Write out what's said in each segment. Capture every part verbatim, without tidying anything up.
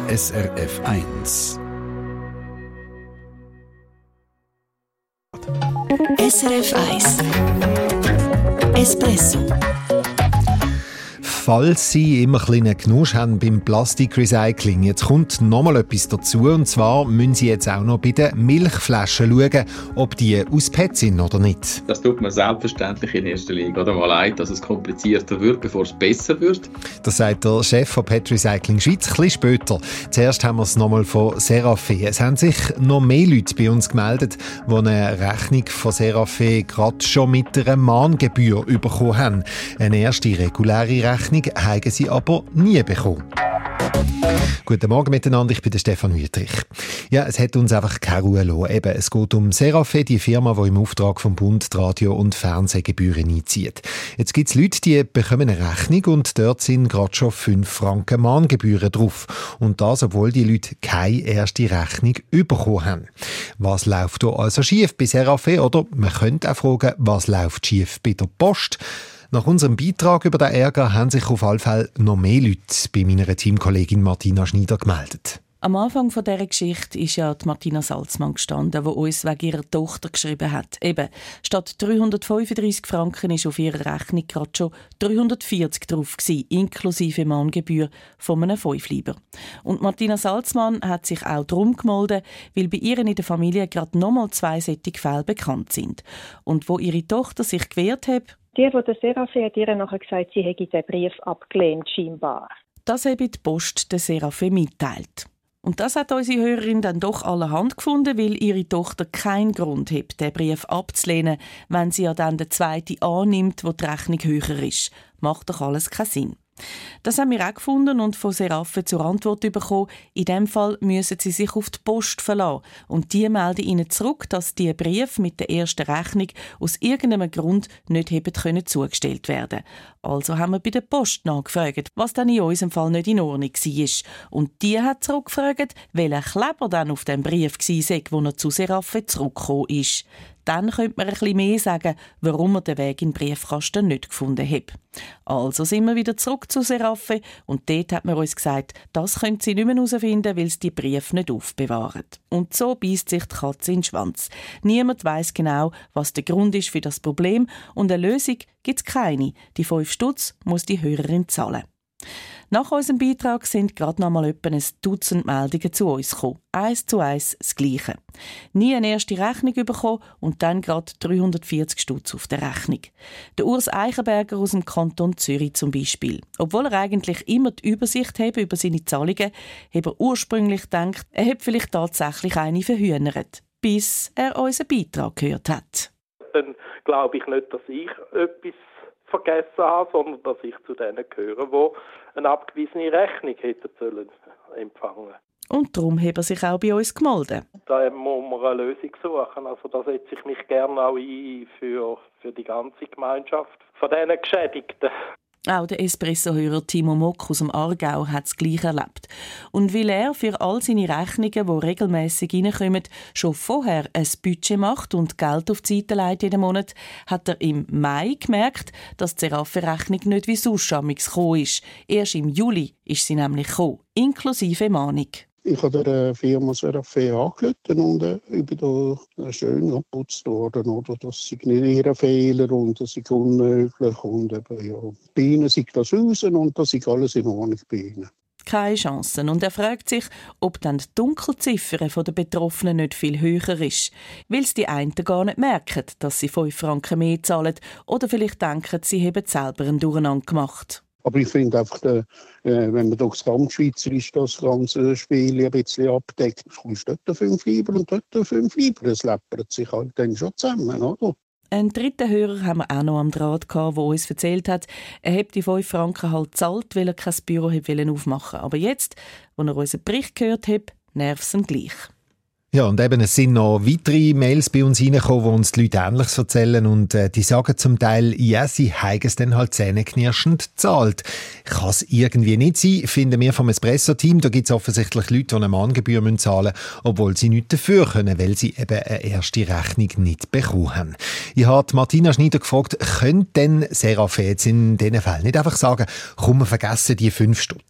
S R F eins. S R F eins Espresso. Falls Sie immer ein bisschen Genuss haben beim Plastikrecycling, jetzt kommt noch mal etwas dazu. Und zwar müssen Sie jetzt auch noch bei den Milchflaschen schauen, ob die aus P E T sind oder nicht. Das tut man selbstverständlich in erster Linie. Oder mal leid, dass es komplizierter wird, bevor es besser wird. Das sagt der Chef von P E T Recycling Schweiz ein bisschen später. Zuerst haben wir es noch mal von Serafé. Es haben sich noch mehr Leute bei uns gemeldet, die eine Rechnung von Serafé gerade schon mit einer Mahngebühr bekommen haben. Eine erste reguläre Rechnung haben sie aber nie bekommen. Guten Morgen miteinander, ich bin der Stefan Wüthrich. Ja, es hat uns einfach keine Ruhe gelassen. Eben, es geht um Serafé, die Firma, die im Auftrag vom Bund die Radio- und Fernsehgebühren einzieht. Jetzt gibt es Leute, die bekommen eine Rechnung und dort sind gerade schon fünf Franken Mahngebühren drauf. Und das, obwohl die Leute keine erste Rechnung bekommen haben. Was läuft da also schief bei Serafé? Oder man könnte auch fragen, was läuft schief bei der Post? Nach unserem Beitrag über den Ärger haben sich auf alle Fälle noch mehr Leute bei meiner Teamkollegin Martina Schneider gemeldet. Am Anfang von dieser Geschichte ist ja die Martina Salzmann gestanden, die uns wegen ihrer Tochter geschrieben hat. Eben, statt dreihundertfünfunddreissig Franken ist auf ihrer Rechnung gerade schon dreihundertvierzig drauf gewesen, inklusive Mahngebühr von einem Fünfliber. Und Martina Salzmann hat sich auch darum gemeldet, weil bei ihr in der Familie gerade nochmal zwei solche Fälle bekannt sind. Und wo ihre Tochter sich gewehrt hat, die, die der Serafé hat ihr nachher gesagt, sie hätte den Brief abgelehnt, scheinbar. Das habe die Post der Serafé mitteilt. Und das hat unsere Hörerin dann doch allerhand gefunden, weil ihre Tochter keinen Grund hat, den Brief abzulehnen, wenn sie ja dann den zweiten annimmt, wo die Rechnung höher ist. Macht doch alles keinen Sinn. Das haben wir auch gefunden und von Serafé zur Antwort bekommen. In diesem Fall müssen sie sich auf die Post verlassen. Und die melden ihnen zurück, dass die Brief mit der ersten Rechnung aus irgendeinem Grund nicht haben können zugestellt werden. Also haben wir bei der Post nachgefragt, was dann in unserem Fall nicht in Ordnung war. Und die hat zurückgefragt, welcher Kleber dann auf dem Brief war, wo er zu Serafé zurückgekommen ist. Dann könnte man ein bisschen mehr sagen, warum er den Weg in den Briefkasten nicht gefunden hat. Also sind wir wieder zurück zu Serafé und dort hat man uns gesagt, das können sie nicht mehr herausfinden, weil sie die Briefe nicht aufbewahren. Und so beisst sich die Katze in den Schwanz. Niemand weiss genau, was der Grund ist für das Problem und eine Lösung gibt es keine. Die fünf Stutz muss die Hörerin zahlen. Nach unserem Beitrag sind gerade noch mal etwa ein Dutzend Meldungen zu uns gekommen. Eins zu eins das Gleiche. Nie eine erste Rechnung bekommen und dann gerade dreihundertvierzig Stutz auf der Rechnung. Der Urs Eichenberger aus dem Kanton Zürich zum Beispiel. Obwohl er eigentlich immer die Übersicht habe über seine Zahlungen, hat er ursprünglich gedacht, er hätte vielleicht tatsächlich eine verhühnert, bis er unseren Beitrag gehört hat. Dann glaube ich nicht, dass ich etwas vergessen habe, sondern dass ich zu denen gehöre, die eine abgewiesene Rechnung hätten sollen empfangen. Und darum hat er sich auch bei uns gemeldet. Da muss man eine Lösung suchen. Also da setze ich mich gerne auch ein für, für die ganze Gemeinschaft von diesen Geschädigten. Auch der Espresso-Hörer Timo Mock aus dem Aargau hat es gleich erlebt. Und weil er für all seine Rechnungen, die regelmässig reinkommen, schon vorher ein Budget macht und Geld auf die Seite legt jeden Monat, hat er im Mai gemerkt, dass die Serafé-Rechnung nicht wie sonst gekommen ist. Erst im Juli ist sie nämlich gekommen, inklusive Mahnung. Ich habe der Firma Serafé angerufen und äh, ich bin da schön geputzt worden. Oder? Das sind nicht ihre Fehler und das ist unmöglich. Und eben, ja, bei ihnen sieht das raus und das ist alles in Ordnung bei ihnen. Keine Chancen. Und er fragt sich, ob dann die Dunkelziffer der Betroffenen nicht viel höher ist. Weil es die einen gar nicht merken, dass sie fünf Franken mehr zahlen oder vielleicht denken, sie haben selber einen Durcheinander gemacht. Aber ich finde einfach, äh, wenn man doch das Gesamtschweizerisch das ganze Spiel ein bisschen abdeckt, kommst du dort fünf Lieber und dort fünf Lieber. Es läppert sich halt dann schon zusammen, oder? Einen dritten Hörer haben wir auch noch am Draht gehabt, der uns erzählt hat, er hat die fünf Franken halt gezahlt, weil er kein Büro aufmachen wollte. Aber jetzt, wo er unseren Bericht gehört hat, nervt es ihn gleich. Ja, und eben, es sind noch weitere Mails bei uns reingekommen, wo uns die Leute Ähnliches erzählen und äh, die sagen zum Teil, ja, sie haben es dann halt zähneknirschend gezahlt. Kann es irgendwie nicht sein, finden wir vom Espresso-Team. Da gibt es offensichtlich Leute, die eine Mahngebühr zahlen müssen, obwohl sie nichts dafür können, weil sie eben eine erste Rechnung nicht bekommen haben. Ich habe Martina Schneider gefragt, könnte denn Serafé jetzt in diesen Fällen nicht einfach sagen, komm, wir vergessen die fünf Stutz?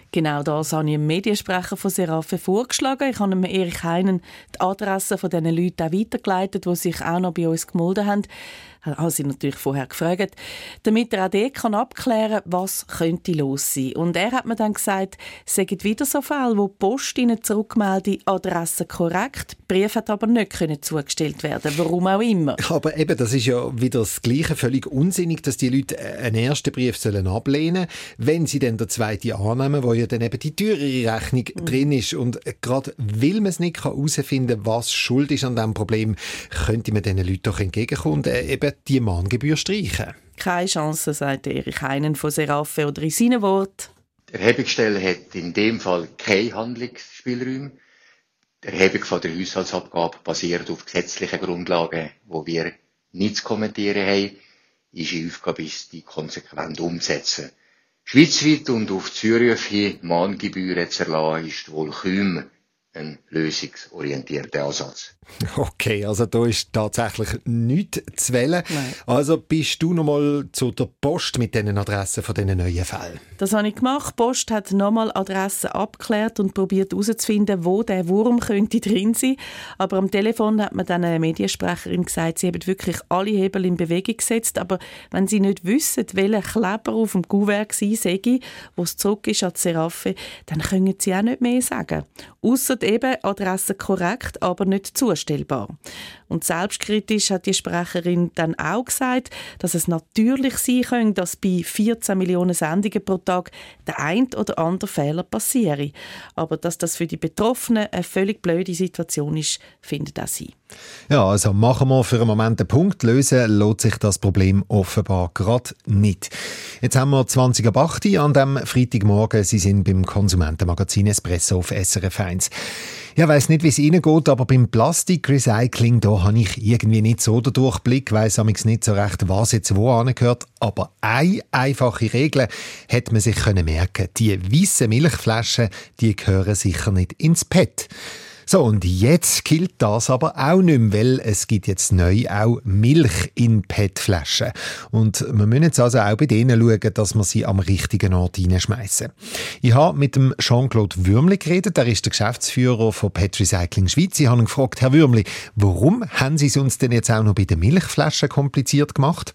Genau das habe ich dem Mediensprecher von Serafe vorgeschlagen. Ich habe dem Erich Heinen die Adresse von diesen Leuten auch weitergeleitet, die sich auch noch bei uns gemeldet haben. Ich habe sie natürlich vorher gefragt, damit er auch dort kann abklären kann, was könnte los sein. Und er hat mir dann gesagt, es seien wieder so Fälle, wo die Post ihnen zurückmeldet, Adresse korrekt, der Brief hat aber nicht können zugestellt werden, warum auch immer. Aber eben, das ist ja wieder das Gleiche, völlig unsinnig, dass die Leute einen ersten Brief sollen ablehnen sollen, wenn sie dann den zweiten annehmen, wo ja dann eben die teurere Rechnung mhm. drin ist. Und gerade weil man es nicht herausfinden kann, was schuld ist an diesem Problem, könnte man diesen Leuten doch entgegenkommen und äh, eben die Mahngebühr streichen. Keine Chance, sagt Erich Heinen von Serafe oder in seinen Worten. Die Erhebungsstelle hat in dem Fall keine Handlungsspielräume. Die Erhebung von der Haushaltsabgabe basiert auf gesetzlichen Grundlagen, die wir nicht zu kommentieren haben. Unsere Aufgabe ist, die konsequent umzusetzen. Schweizweit und auf Zürich hin Mahngebühren zu erlassen, ist wohl kaum ein lösungsorientierter Ansatz. Okay, also da ist tatsächlich nichts zu wählen. Nein. Also bist du noch mal zu der Post mit diesen Adressen von diesen neuen Fällen? Das habe ich gemacht. Die Post hat nochmal Adressen abgeklärt und probiert herauszufinden, wo der Wurm könnte drin sein. Aber am Telefon hat mir dann eine Mediensprecherin gesagt, sie haben wirklich alle Hebel in Bewegung gesetzt. Aber wenn sie nicht wissen, welcher Kleber auf dem Kuvert war, wo es zurück ist an die Serafe, dann können sie auch nicht mehr sagen. Ausser eben Adresse korrekt, aber nicht zustellbar. Und selbstkritisch hat die Sprecherin dann auch gesagt, dass es natürlich sein könnte, dass bei vierzehn Millionen Sendungen pro Tag der ein oder andere Fehler passiere. Aber dass das für die Betroffenen eine völlig blöde Situation ist, findet auch sie. Ja, also machen wir für einen Moment den Punkt. Lösen lässt sich das Problem offenbar gerade nicht. Jetzt haben wir zwanzig ab acht an diesem Freitagmorgen. Sie sind beim Konsumentenmagazin Espresso auf S R F eins. Ja, ich weiss nicht, wie es Ihnen geht, aber beim Plastikrecycling, da habe ich irgendwie nicht so den Durchblick, weiss amigs nicht so recht, was jetzt wo angehört. Aber eine einfache Regel hätte man sich können merken. Die weißen Milchflaschen, die gehören sicher nicht ins P E T. So, und jetzt gilt das aber auch nicht mehr, weil es gibt jetzt neu auch Milch in P E T-Flaschen. Und wir müssen jetzt also auch bei denen schauen, dass wir sie am richtigen Ort reinschmeißen. Ich habe mit dem Jean-Claude Würmli geredet, er ist der Geschäftsführer von P E T Recycling Schweiz. Ich habe ihn gefragt, Herr Würmli, warum haben Sie es uns denn jetzt auch noch bei den Milchflaschen kompliziert gemacht?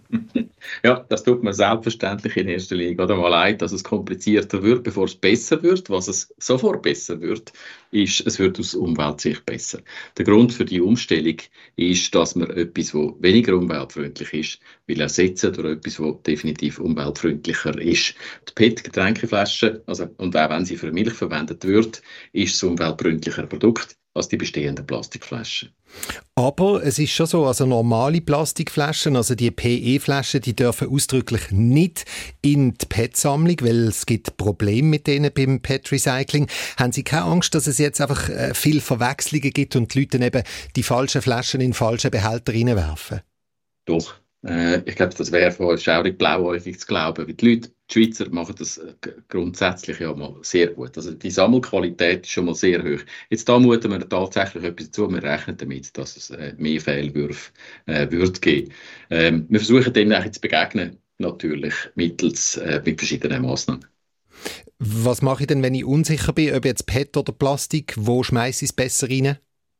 Ja, das tut mir selbstverständlich in erster Linie oder mal leid, dass es komplizierter wird, bevor es besser wird. Was es sofort besser wird, ist, es wird aus Umweltsicht besser. Der Grund für die Umstellung ist, dass man etwas, das weniger umweltfreundlich ist, will ersetzen durch etwas, das definitiv umweltfreundlicher ist. Die P E T-Getränkeflasche, also, und auch wenn sie für Milch verwendet wird, ist es ein umweltfreundlicher Produkt als die bestehenden Plastikflaschen. Aber es ist schon so, also normale Plastikflaschen, also die P E-Flaschen, die dürfen ausdrücklich nicht in die P E T-Sammlung, weil es gibt Probleme mit denen beim P E T-Recycling. Haben Sie keine Angst, dass es jetzt einfach äh, viele Verwechslungen gibt und die Leute dann eben die falschen Flaschen in falsche Behälter reinwerfen? Doch. Äh, ich glaube, das wäre von schaurig blauäugig zu glauben, weil die Leute, die Schweizer machen das grundsätzlich ja mal sehr gut. Also die Sammelqualität ist schon mal sehr hoch. Jetzt da muten wir tatsächlich etwas dazu. Wir rechnen damit, dass es äh, mehr Fehlwürfe äh, wird geben. Ähm, wir versuchen denen auch zu begegnen, natürlich mittels äh, mit verschiedenen Massnahmen. Was mache ich denn, wenn ich unsicher bin, ob jetzt P E T oder Plastik? Wo schmeiße ich es besser rein?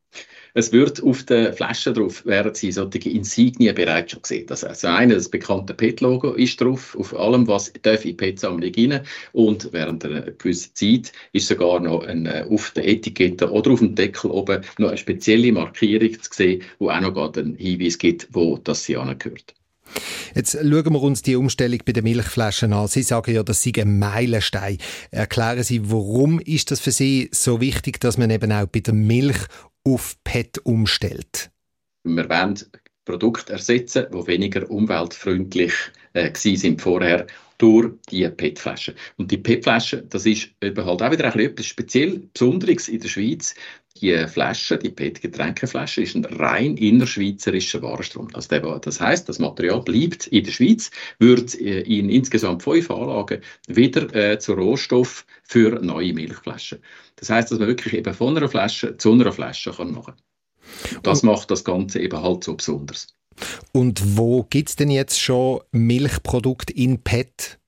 Es wird auf den Flaschen drauf, werden Sie solche Insignien bereits schon gesehen. Das also eine, das bekannte P E T-Logo ist drauf, auf allem, was darf in die P E T-Sammlung rein. Und während einer gewissen Zeit ist sogar noch eine, auf der Etikette oder auf dem Deckel oben noch eine spezielle Markierung zu sehen, wo auch noch gerade einen Hinweis gibt, wo das sie angehört. Jetzt schauen wir uns die Umstellung bei den Milchflaschen an. Sie sagen ja, das sei ein Meilenstein. Erklären Sie, warum ist das für Sie so wichtig, dass man eben auch bei der Milch auf P E T umstellt? Wir wollen Produkte ersetzen, die weniger umweltfreundlich äh, sind vorher durch die P E T-Flaschen. Und die P E T-Flaschen, das ist eben halt auch wieder ein etwas speziell Besonderes in der Schweiz. Die Flasche, die P E T-Getränkeflasche, ist ein rein innerschweizerischer Warenstrom. Also das heisst, das Material bleibt in der Schweiz, wird in insgesamt fünf Anlagen wieder äh, zu Rohstoff für neue Milchflaschen. Das heisst, dass man wirklich eben von einer Flasche zu einer Flasche kann machen kann. Das macht das Ganze eben halt so besonders. Und wo gibt es denn jetzt schon Milchprodukte in P E T?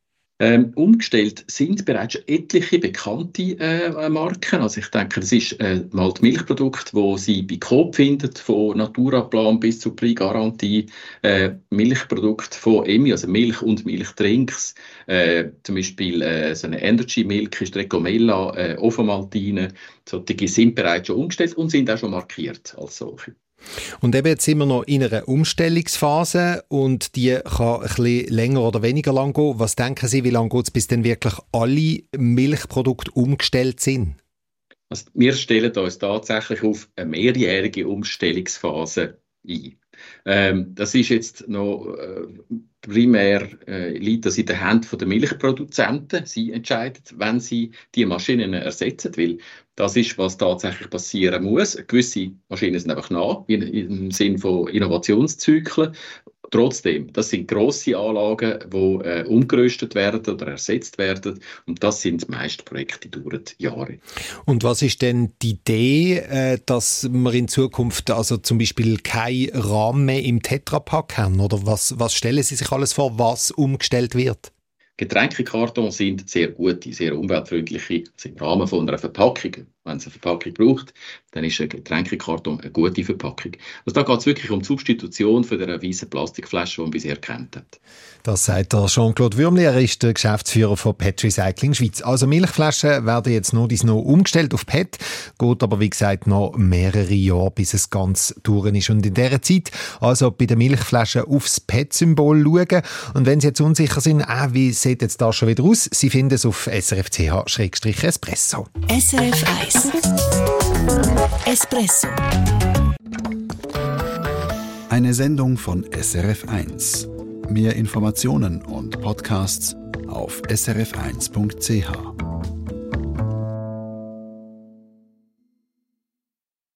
Ähm, umgestellt sind bereits schon etliche bekannte äh, Marken. Also ich denke, das ist äh, mal die Milchprodukte, die Sie bei Coop finden, von Naturaplan bis zur Pregarantie, äh, Milchprodukte von E M I, also Milch und Milchdrinks, äh, zum Beispiel äh, so eine Energy Milk, Strecomella, äh, Ovomaltine, solche sind bereits schon umgestellt und sind auch schon markiert als solche. Und eben jetzt sind wir noch in einer Umstellungsphase und die kann ein bisschen länger oder weniger lang gehen. Was denken Sie, wie lange geht es, bis dann wirklich alle Milchprodukte umgestellt sind? Also wir stellen uns tatsächlich auf eine mehrjährige Umstellungsphase ein. Ähm, das ist jetzt noch äh, primär äh, liegt das in den Händen der Milchproduzenten. Sie entscheiden, wenn sie die Maschinen ersetzen, weil das ist, was tatsächlich passieren muss. Gewisse Maschinen sind einfach nach, im Sinne von Innovationszyklen. Trotzdem, das sind grosse Anlagen, die äh, umgerüstet werden oder ersetzt werden. Und das sind meist Projekte, die dauern Jahre. Und was ist denn die Idee, äh, dass wir in Zukunft also zum Beispiel keinen Rahmen mehr im Tetrapack haben? Oder was, was stellen Sie sich alles vor, was umgestellt wird? Getränkekartons sind sehr gute, sehr umweltfreundliche, also im Rahmen von einer Verpackung. Wenn es eine Verpackung braucht, dann ist ein Getränkekarton eine gute Verpackung. Also da geht es wirklich um die Substitution von der weißen Plastikflasche, die man bisher kennt hat. Das sagt der Jean-Claude Würmli, er ist der Geschäftsführer von P E T Recycling Schweiz. Also Milchflaschen werden jetzt noch dies noch umgestellt auf P E T, geht aber wie gesagt noch mehrere Jahre, bis es ganz durch ist. Und in dieser Zeit also bei den Milchflaschen aufs P E T-Symbol schauen. Und wenn Sie jetzt unsicher sind, ah, wie sieht jetzt das schon wieder aus, Sie finden es auf S R F C H Espresso. S R F eins Espresso. Eine Sendung von S R F eins. Mehr Informationen und Podcasts auf s r f eins punkt c h.